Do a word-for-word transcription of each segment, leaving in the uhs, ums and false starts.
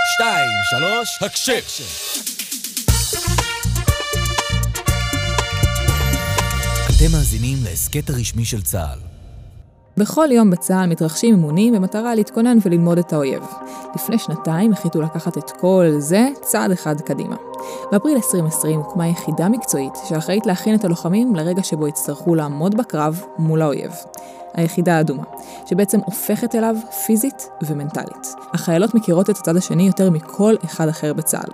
שתיים, שלוש, הקשב. אתם מאזינים להסקט הרשמי של צה"ל. בכל יום בצה"ל מתרחשים אימונים במטרה להתכונן וללמוד את האויב. לפני שנתיים החליטו לקחת את כל זה צעד אחד קדימה. באפריל עשרים עשרים הוקמה יחידה מקצועית שאחראית להכין את הלוחמים לרגע שבו יצטרכו לעמוד בקרב מול האויב. היחידה האדומה, שבעצם הופכת אליו פיזית ומנטלית. החיילות מכירות את הצד השני יותר מכל אחד אחר בצה"ל.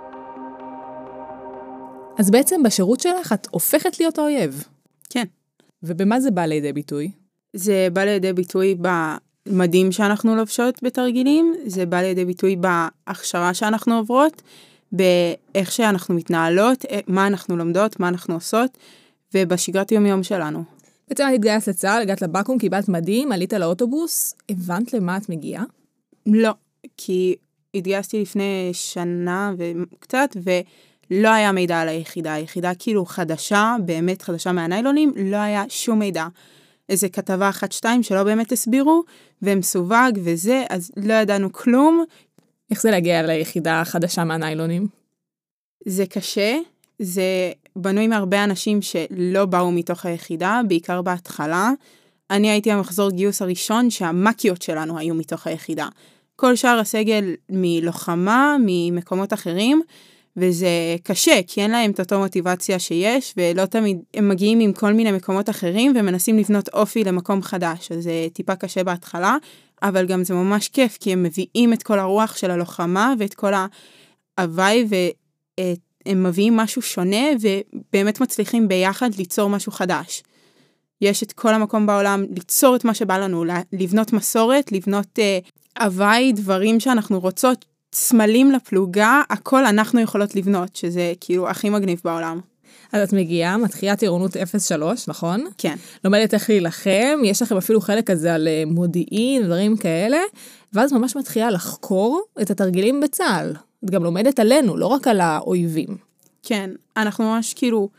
אז בעצם בשירות שלך את הופכת להיות האויב. כן. ובמה זה בא לידי ביטוי? זה בא לידי ביטוי במדים שאנחנו לובשות בתרגילים, זה בא לידי ביטוי בהכשרה שאנחנו עוברות, באיך שאנחנו מתנהלות, מה אנחנו לומדות, מה אנחנו עושות, ובשגרת יום-יום שלנו. בעצם את התגייסת לצה"ל, הגעת לבקו"ם, קיבלת מדים, עלית לאוטובוס, הבנת למה את מגיעה? לא, כי התגייסתי לפני שנה וקצת, ולא היה מידע על היחידה. היחידה כאילו חדשה, באמת חדשה מהניילונים, לא היה שום מידע. איזה כתבה אחת שתיים שלא באמת הסבירו, ומסווג וזה, אז לא ידענו כלום. איך זה להגיע ליחידה חדשה מהניילונים? זה קשה, זה בנוי מהרבה אנשים שלא באו מתוך היחידה, בעיקר בהתחלה. אני הייתי המחזור גיוס הראשון שהמקיות שלנו היו מתוך היחידה. כל שאר הסגל מלוחמה, ממקומות אחרים, וזה קשה, כי אין להם את אותו מוטיבציה שיש, ולא תמיד הם מגיעים עם כל מיני מקומות אחרים, ומנסים לבנות אופי למקום חדש, אז זה טיפה קשה בהתחלה, אבל גם זה ממש כיף, כי הם מביאים את כל הרוח של הלוחמה, ואת כל ההוואי, והם מביאים משהו שונה, ובאמת מצליחים ביחד ליצור משהו חדש. יש את כל המקום בעולם ליצור את מה שבא לנו, לבנות מסורת, לבנות הוואי, דברים שאנחנו רוצות, סמלים לפלוגה, הכל אנחנו יכולות לבנות, שזה כאילו הכי מגניב בעולם. אז את מגיעה, מתחילה טירונות אפס שלוש, נכון? כן. לומדת איך להילחם, יש לכם אפילו חלק כזה על מודיעין, דברים כאלה, ואז ממש מתחילה לחקור את התרגילים בצה"ל. את גם לומדת עלינו, לא רק על האויבים. כן, אנחנו ממש כאילו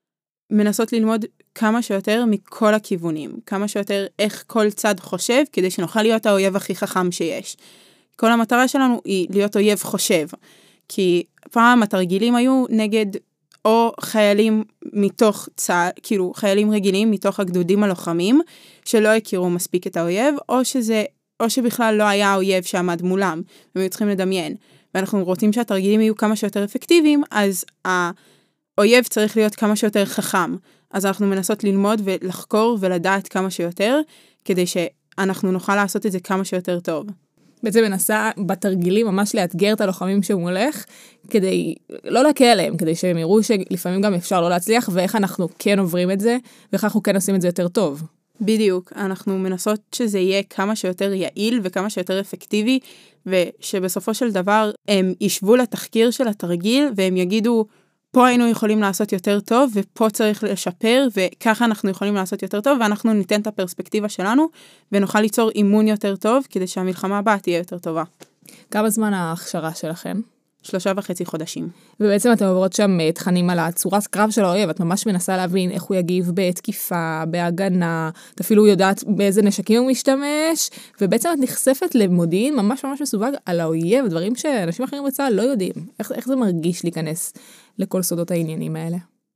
מנסות ללמוד כמה שיותר מכל הכיוונים, כמה שיותר איך כל צד חושב, כדי שנוכל להיות האויב הכי חכם שיש. כל המטרה שלנו היא להיות אויב חושב, כי פעם התרגילים היו נגד או חיילים מתוך צה"ל, כאילו חיילים רגילים מתוך הגדודים הלוחמים, שלא הכירו מספיק את האויב, או שזה, או שבכלל לא היה האויב שעמד מולם, והם היו צריכים לדמיין. ואנחנו רוצים שהתרגילים יהיו כמה שיותר אפקטיביים, אז האויב צריך להיות כמה שיותר חכם. אז אנחנו מנסות ללמוד ולחקור ולדעת כמה שיותר, כדי שאנחנו נוכל לעשות את זה כמה שיותר טוב. בעצם מנסה בתרגילים ממש לאתגר את הלוחמים שמולך, כדי לא להקל עליהם, כדי שהם יראו שלפעמים גם אפשר לא להצליח, ואיך אנחנו כן עוברים את זה, ואיך אנחנו כן עושים את זה יותר טוב. בדיוק, אנחנו מנסות שזה יהיה כמה שיותר יעיל, וכמה שיותר אפקטיבי, ושבסופו של דבר הם ישבו לתחקיר של התרגיל, והם יגידו, פה היינו יכולים לעשות יותר טוב, ופה צריך לשפר, וככה אנחנו יכולים לעשות יותר טוב, ואנחנו ניתן את הפרספקטיבה שלנו, ונוכל ליצור אימון יותר טוב, כדי שהמלחמה הבאה תהיה יותר טובה. כמה זמן ההכשרה שלכם? שלושה וחצי חודשים. ובעצם אתם עוברות שם תכנים על הצורת קרב של האויב, את ממש מנסה להבין איך הוא יגיב בתקיפה, בהגנה, את אפילו יודעת באיזה נשקים הוא משתמש, ובעצם את נחשפת למודיעין ממש ממש מסווג על האויב, דברים שאנשים אחרים בצה"ל לא יודעים. איך, איך זה מרגיש להיכנס לכל סודות העניינים האלה?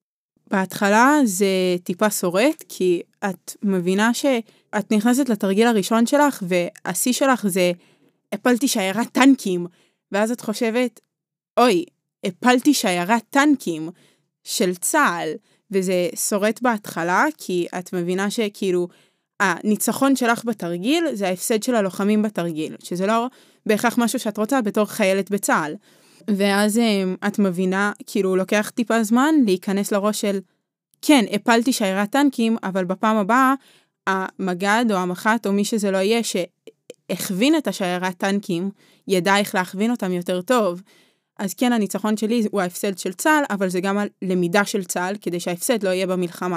בהתחלה זה טיפה סורט, כי את מבינה שאת נכנסת לתרגיל הראשון שלך, והשיא שלך זה, הפלתי שיירת טנקים, ואז את חושבת, אוי, הפלתי שיירת טנקים של צה"ל, וזה סורט בהתחלה, כי את מבינה שכאילו, הניצחון שלך בתרגיל, זה ההפסד של הלוחמים בתרגיל, שזה לא בהכרח משהו שאת רוצה בתור חיילת בצה"ל. ואז את מבינה, כאילו לוקח טיפה זמן להיכנס לראש של, כן, הפלתי שיירת טנקים, אבל בפעם הבאה, המגד או המח"ט או מי שזה לא יהיה, שהכווין את השיירת טנקים, ידע איך להכווין אותם יותר טוב. אז כן, הניצחון שלי הוא ההפסד של צה"ל, אבל זה גם הלמידה של צה"ל, כדי שההפסד לא יהיה במלחמה.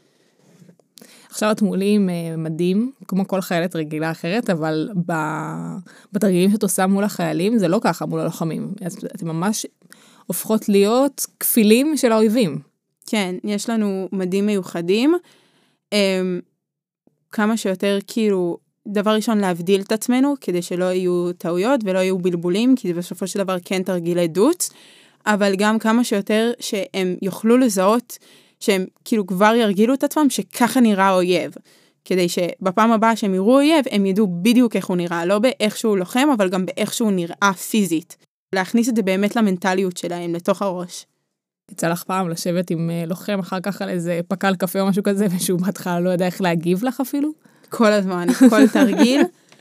עכשיו את מולי עם מדים, כמו כל חיילת רגילה אחרת, אבל בתרגילים שאת עושה מול החיילים, זה לא ככה מול הלוחמים. אתם ממש הופכות להיות כפילים של האויבים. כן, יש לנו מדים מיוחדים, כמה שיותר כאילו דבר ראשון להבדיל את עצמנו, כדי שלא יהיו טעויות ולא יהיו בלבולים, כי זה בסופו של דבר כן תרגילי דוץ, אבל גם כמה שיותר שהם יוכלו לזהות, שהם כאילו כבר ירגילו את עצמם, שככה נראה אויב. כדי שבפעם הבאה שהם יראו אויב, הם ידעו בדיוק איך הוא נראה, לא באיך שהוא לוחם, אבל גם באיך שהוא נראה פיזית. להכניס את זה באמת למנטליות שלהם, לתוך הראש. יצא לך פעם לשבת עם לוחם אחר כך על איזה פקל קפה או משהו כזה, ושהוא בהתחלה לא יודע איך להגיב לך אפילו? כל הזמן, כל תרגיל,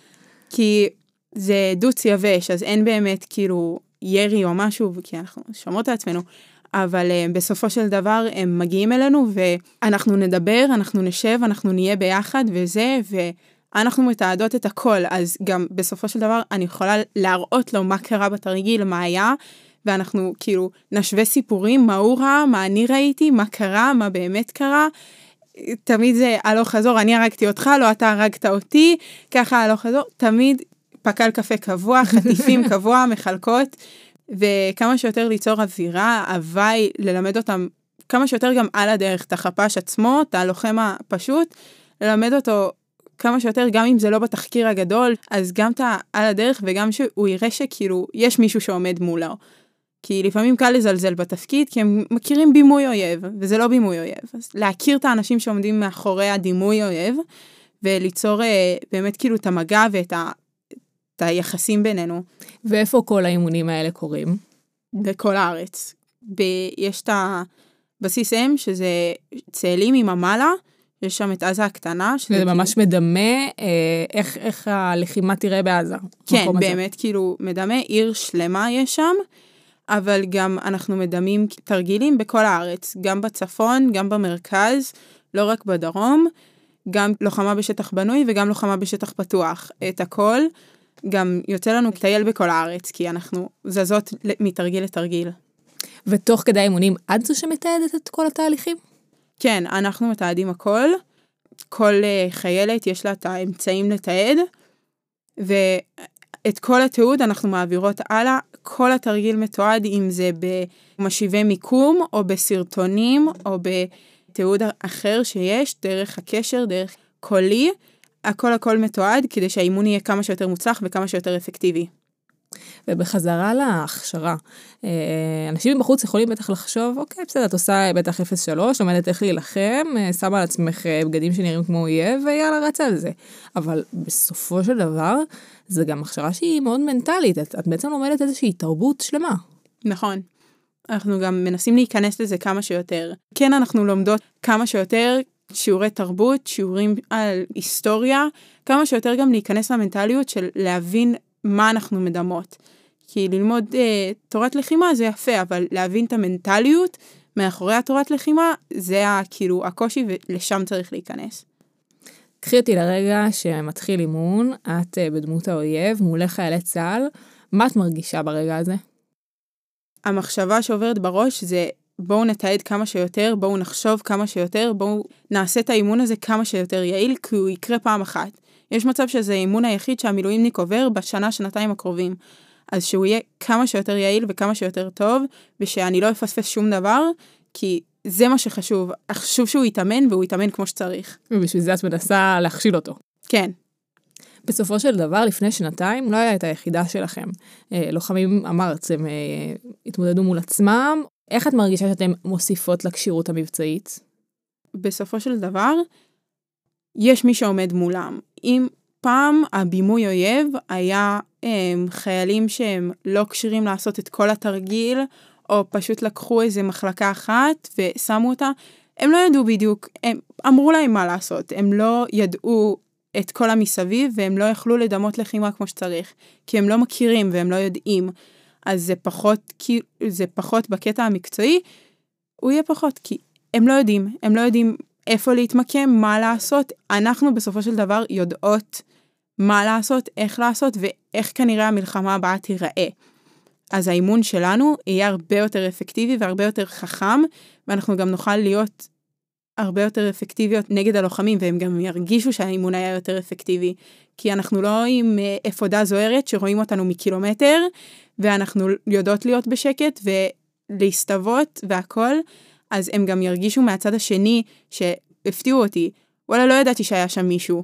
כי זה דוץ יבש, אז אין באמת כאילו ירי או משהו, כי אנחנו שומעות את עצמנו, אבל uh, בסופו של דבר הם מגיעים אלינו, ואנחנו נדבר, אנחנו נשב, אנחנו נהיה ביחד וזה, ואנחנו מתעדות את הכל, אז גם בסופו של דבר אני יכולה להראות לו מה קרה בתרגיל, מה היה, ואנחנו כאילו נשווה סיפורים, מה הוא ראה, מה אני ראיתי, מה קרה, מה באמת קרה, תמיד זה הלוך חזור, אני הרגתי אותך, לא אתה הרגת אותי, ככה הלוך חזור, תמיד פקל קפה קבוע, חטיפים קבוע, מחלקות, וכמה שיותר ליצור אווירה, הוואי, ללמד אותם כמה שיותר גם על הדרך, את החפש עצמו, את הלוחם הפשוט, ללמד אותו כמה שיותר, גם אם זה לא בתחקיר הגדול, אז גם את על הדרך, וגם שהוא יראה שכאילו יש מישהו שעומד מולו. כי לפעמים קל לזלזל בתפקיד, כי הם מכירים בימוי אויב, וזה לא בימוי אויב. אז להכיר את האנשים שעומדים מאחורי הדימוי אויב, וליצור אה, באמת כאילו את המגע ואת ה, את היחסים בינינו. ואיפה כל האימונים האלה קורים? בכל הארץ. ב, יש את הבסיס אם, שזה צאלים עם המעלה, יש שם את עזה הקטנה. זה כאילו... ממש מדמה אה, איך, איך הלחימה תראה בעזה. כן, באמת הזה. כאילו מדמה, עיר שלמה יש שם, אבל גם אנחנו מדמים תרגילים בכל הארץ, גם בצפון, גם במרכז, לא רק בדרום, גם לוחמה בשטח בנוי וגם לוחמה בשטח פתוח. את הכל, גם יוצא לנו לטייל בכל הארץ, כי אנחנו זזות מתרגיל לתרגיל. ותוך כדי אימונים, עד זו שמתעדת את כל התהליכים? כן, אנחנו מתעדים הכל. כל חיילת יש לה את האמצעים לתעד, ואת כל התיעוד אנחנו מעבירות הלאה. כל התרגיל מתועד, אם זה במשיבי מיקום, או בסרטונים, או בתיעוד אחר שיש, דרך הקשר, דרך קולי, הכל הכל מתועד, כדי שהאימון יהיה כמה שיותר מוצלח, וכמה שיותר אפקטיבי. ובחזרה להכשרה, אנשים בחוץ יכולים בטח לחשוב, אוקיי, בסדר, את עושה בטח אפס שלוש, לומדת איך להילחם, שמה על עצמך בגדים שנראים כמו אויב, ויאללה, רצה על זה. אבל בסופו של דבר, זה גם הכשרה שהיא מאוד מנטלית, את, את בעצם לומדת איזושהי תרבות שלמה. נכון. אנחנו גם מנסים להיכנס לזה כמה שיותר. כן, אנחנו לומדות כמה שיותר שיעורי תרבות, שיעורים על היסטוריה, כמה שיותר גם להיכנס למנטליות של להבין מה אנחנו מדמות. כי ללמוד אה, תורת לחימה זה יפה, אבל להבין את המנטליות מאחורי התורת לחימה, זה כאילו הקושי ולשם צריך להיכנס. קחי אותי לרגע שמתחיל אימון, את אה, בדמות האויב, מולך חיילי צה"ל, מה את מרגישה ברגע הזה? המחשבה שעוברת בראש זה בואו נתעד כמה שיותר, בואו נחשוב כמה שיותר, בואו נעשה את האימון הזה כמה שיותר יעיל, כי הוא יקרה פעם אחת. יש מצב שזה האימון היחיד שהמילואימניק עובר בשנה, שנתיים הקרובים. אז שהוא יהיה כמה שיותר יעיל וכמה שיותר טוב, ושאני לא אפספס שום דבר, כי זה מה שחשוב. חשוב שהוא יתאמן, והוא יתאמן כמו שצריך. ובשביל זה את מנסה להכשיל אותו. כן. בסופו של דבר, לפני שנתיים, לא היה את היחידה שלכם. לוחמים, אמרת, הם התמודדו מול עצמם. איך את מרגישה שאתם מוסיפות לקשירות המבצעית? בסופו של דבר, יש מי שעומד מולם. אם פעם הבימוי אויב היה הם, חיילים שהם לא קשירים לעשות את כל התרגיל, או פשוט לקחו איזה מחלקה אחת ושמו אותה, הם לא ידעו בדיוק, הם אמרו להם מה לעשות, הם לא ידעו את כל המסביב, והם לא יכלו לדמות לחימה כמו שצריך, כי הם לא מכירים והם לא יודעים, אז זה פחות, זה פחות בקטע המקצועי, הוא יהיה פחות, כי הם לא יודעים, הם לא יודעים איפה להתמקם, מה לעשות, אנחנו בסופו של דבר יודעות מה לעשות, איך לעשות, ואיך כנראה המלחמה הבאה תיראה. אז האימון שלנו יהיה הרבה יותר אפקטיבי והרבה יותר חכם, ואנחנו גם נוכל להיות הרבה יותר אפקטיביות נגד הלוחמים, והם גם ירגישו שהאימון היה יותר אפקטיבי, כי אנחנו לא עם אפודה זוהרת שרואים אותנו מקילומטר, ואנחנו יודעות להיות בשקט ולהסתוות והכל, אז הם גם ירגישו מהצד השני שהפתיעו אותי, וואלה לא ידעתי שהיה שם מישהו,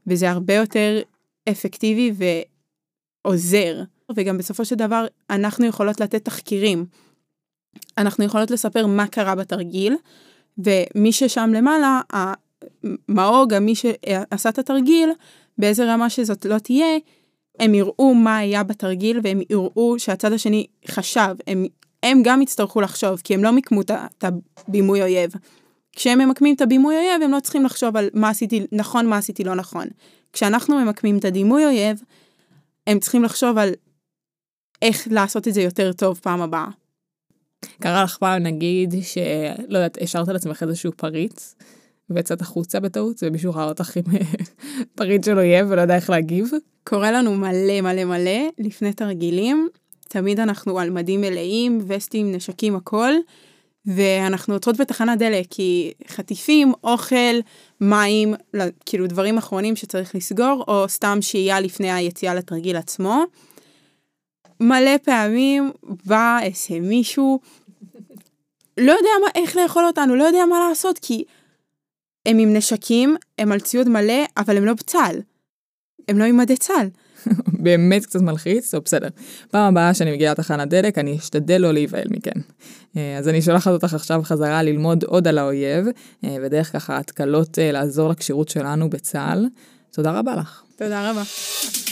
וזה הרבה יותר אפקטיבי ועוזר. וגם בסופו של דבר אנחנו יכולות לתת תחקירים. אנחנו יכולות לספר מה קרה בתרגיל, ומי ששם למעלה, המאוג, מי שעשה את התרגיל, באיזה רמה שזאת לא תהיה, הם יראו מה היה בתרגיל, והם יראו שהצד השני חשב, הם, הם גם יצטרכו לחשוב, כי הם לא מקמו את הבימוי אויב. כשהם ממקמים את הבימוי אויב, הם לא צריכים לחשוב על מה עשיתי נכון, מה עשיתי לא נכון. כשאנחנו ממקמים את הדימוי אויב, הם צריכים לחשוב על איך לעשות את זה יותר טוב פעם הבאה. קרה לך פעם, נגיד, שלא יודעת, השארת על עצמך איזשהו פריץ, ויצאת החוצה בטעות, ומישהו ראה אותך עם פריץ של אויב, ולא יודע איך להגיב? קורה לנו מלא מלא מלא, לפני תרגילים, תמיד אנחנו על מדים מלאים, וסטים, נשקים, הכל, ואנחנו עוצרות בתחנת דלק, כי חטיפים, אוכל, מים, כאילו דברים אחרונים שצריך לסגור, או סתם שהייה לפני היציאה לתרגיל עצמו. מלא פעמים בא איזה מישהו, לא יודע מה, איך לאכול אותנו, לא יודע מה לעשות, כי הם עם נשקים, הם על ציוד מלא, אבל הם לא בצל. הם לא עם מדי צל. באמת קצת מלחיץ, טוב, בסדר. פעם הבאה שאני מגיעה לתחנת דלק, אני אשתדל לא להיבהל מכן. אז אני שולחת אותך עכשיו חזרה ללמוד עוד על האויב, ודרך ככה התקלות לעזור לקשירות שלנו בצה"ל. תודה רבה לך. תודה רבה.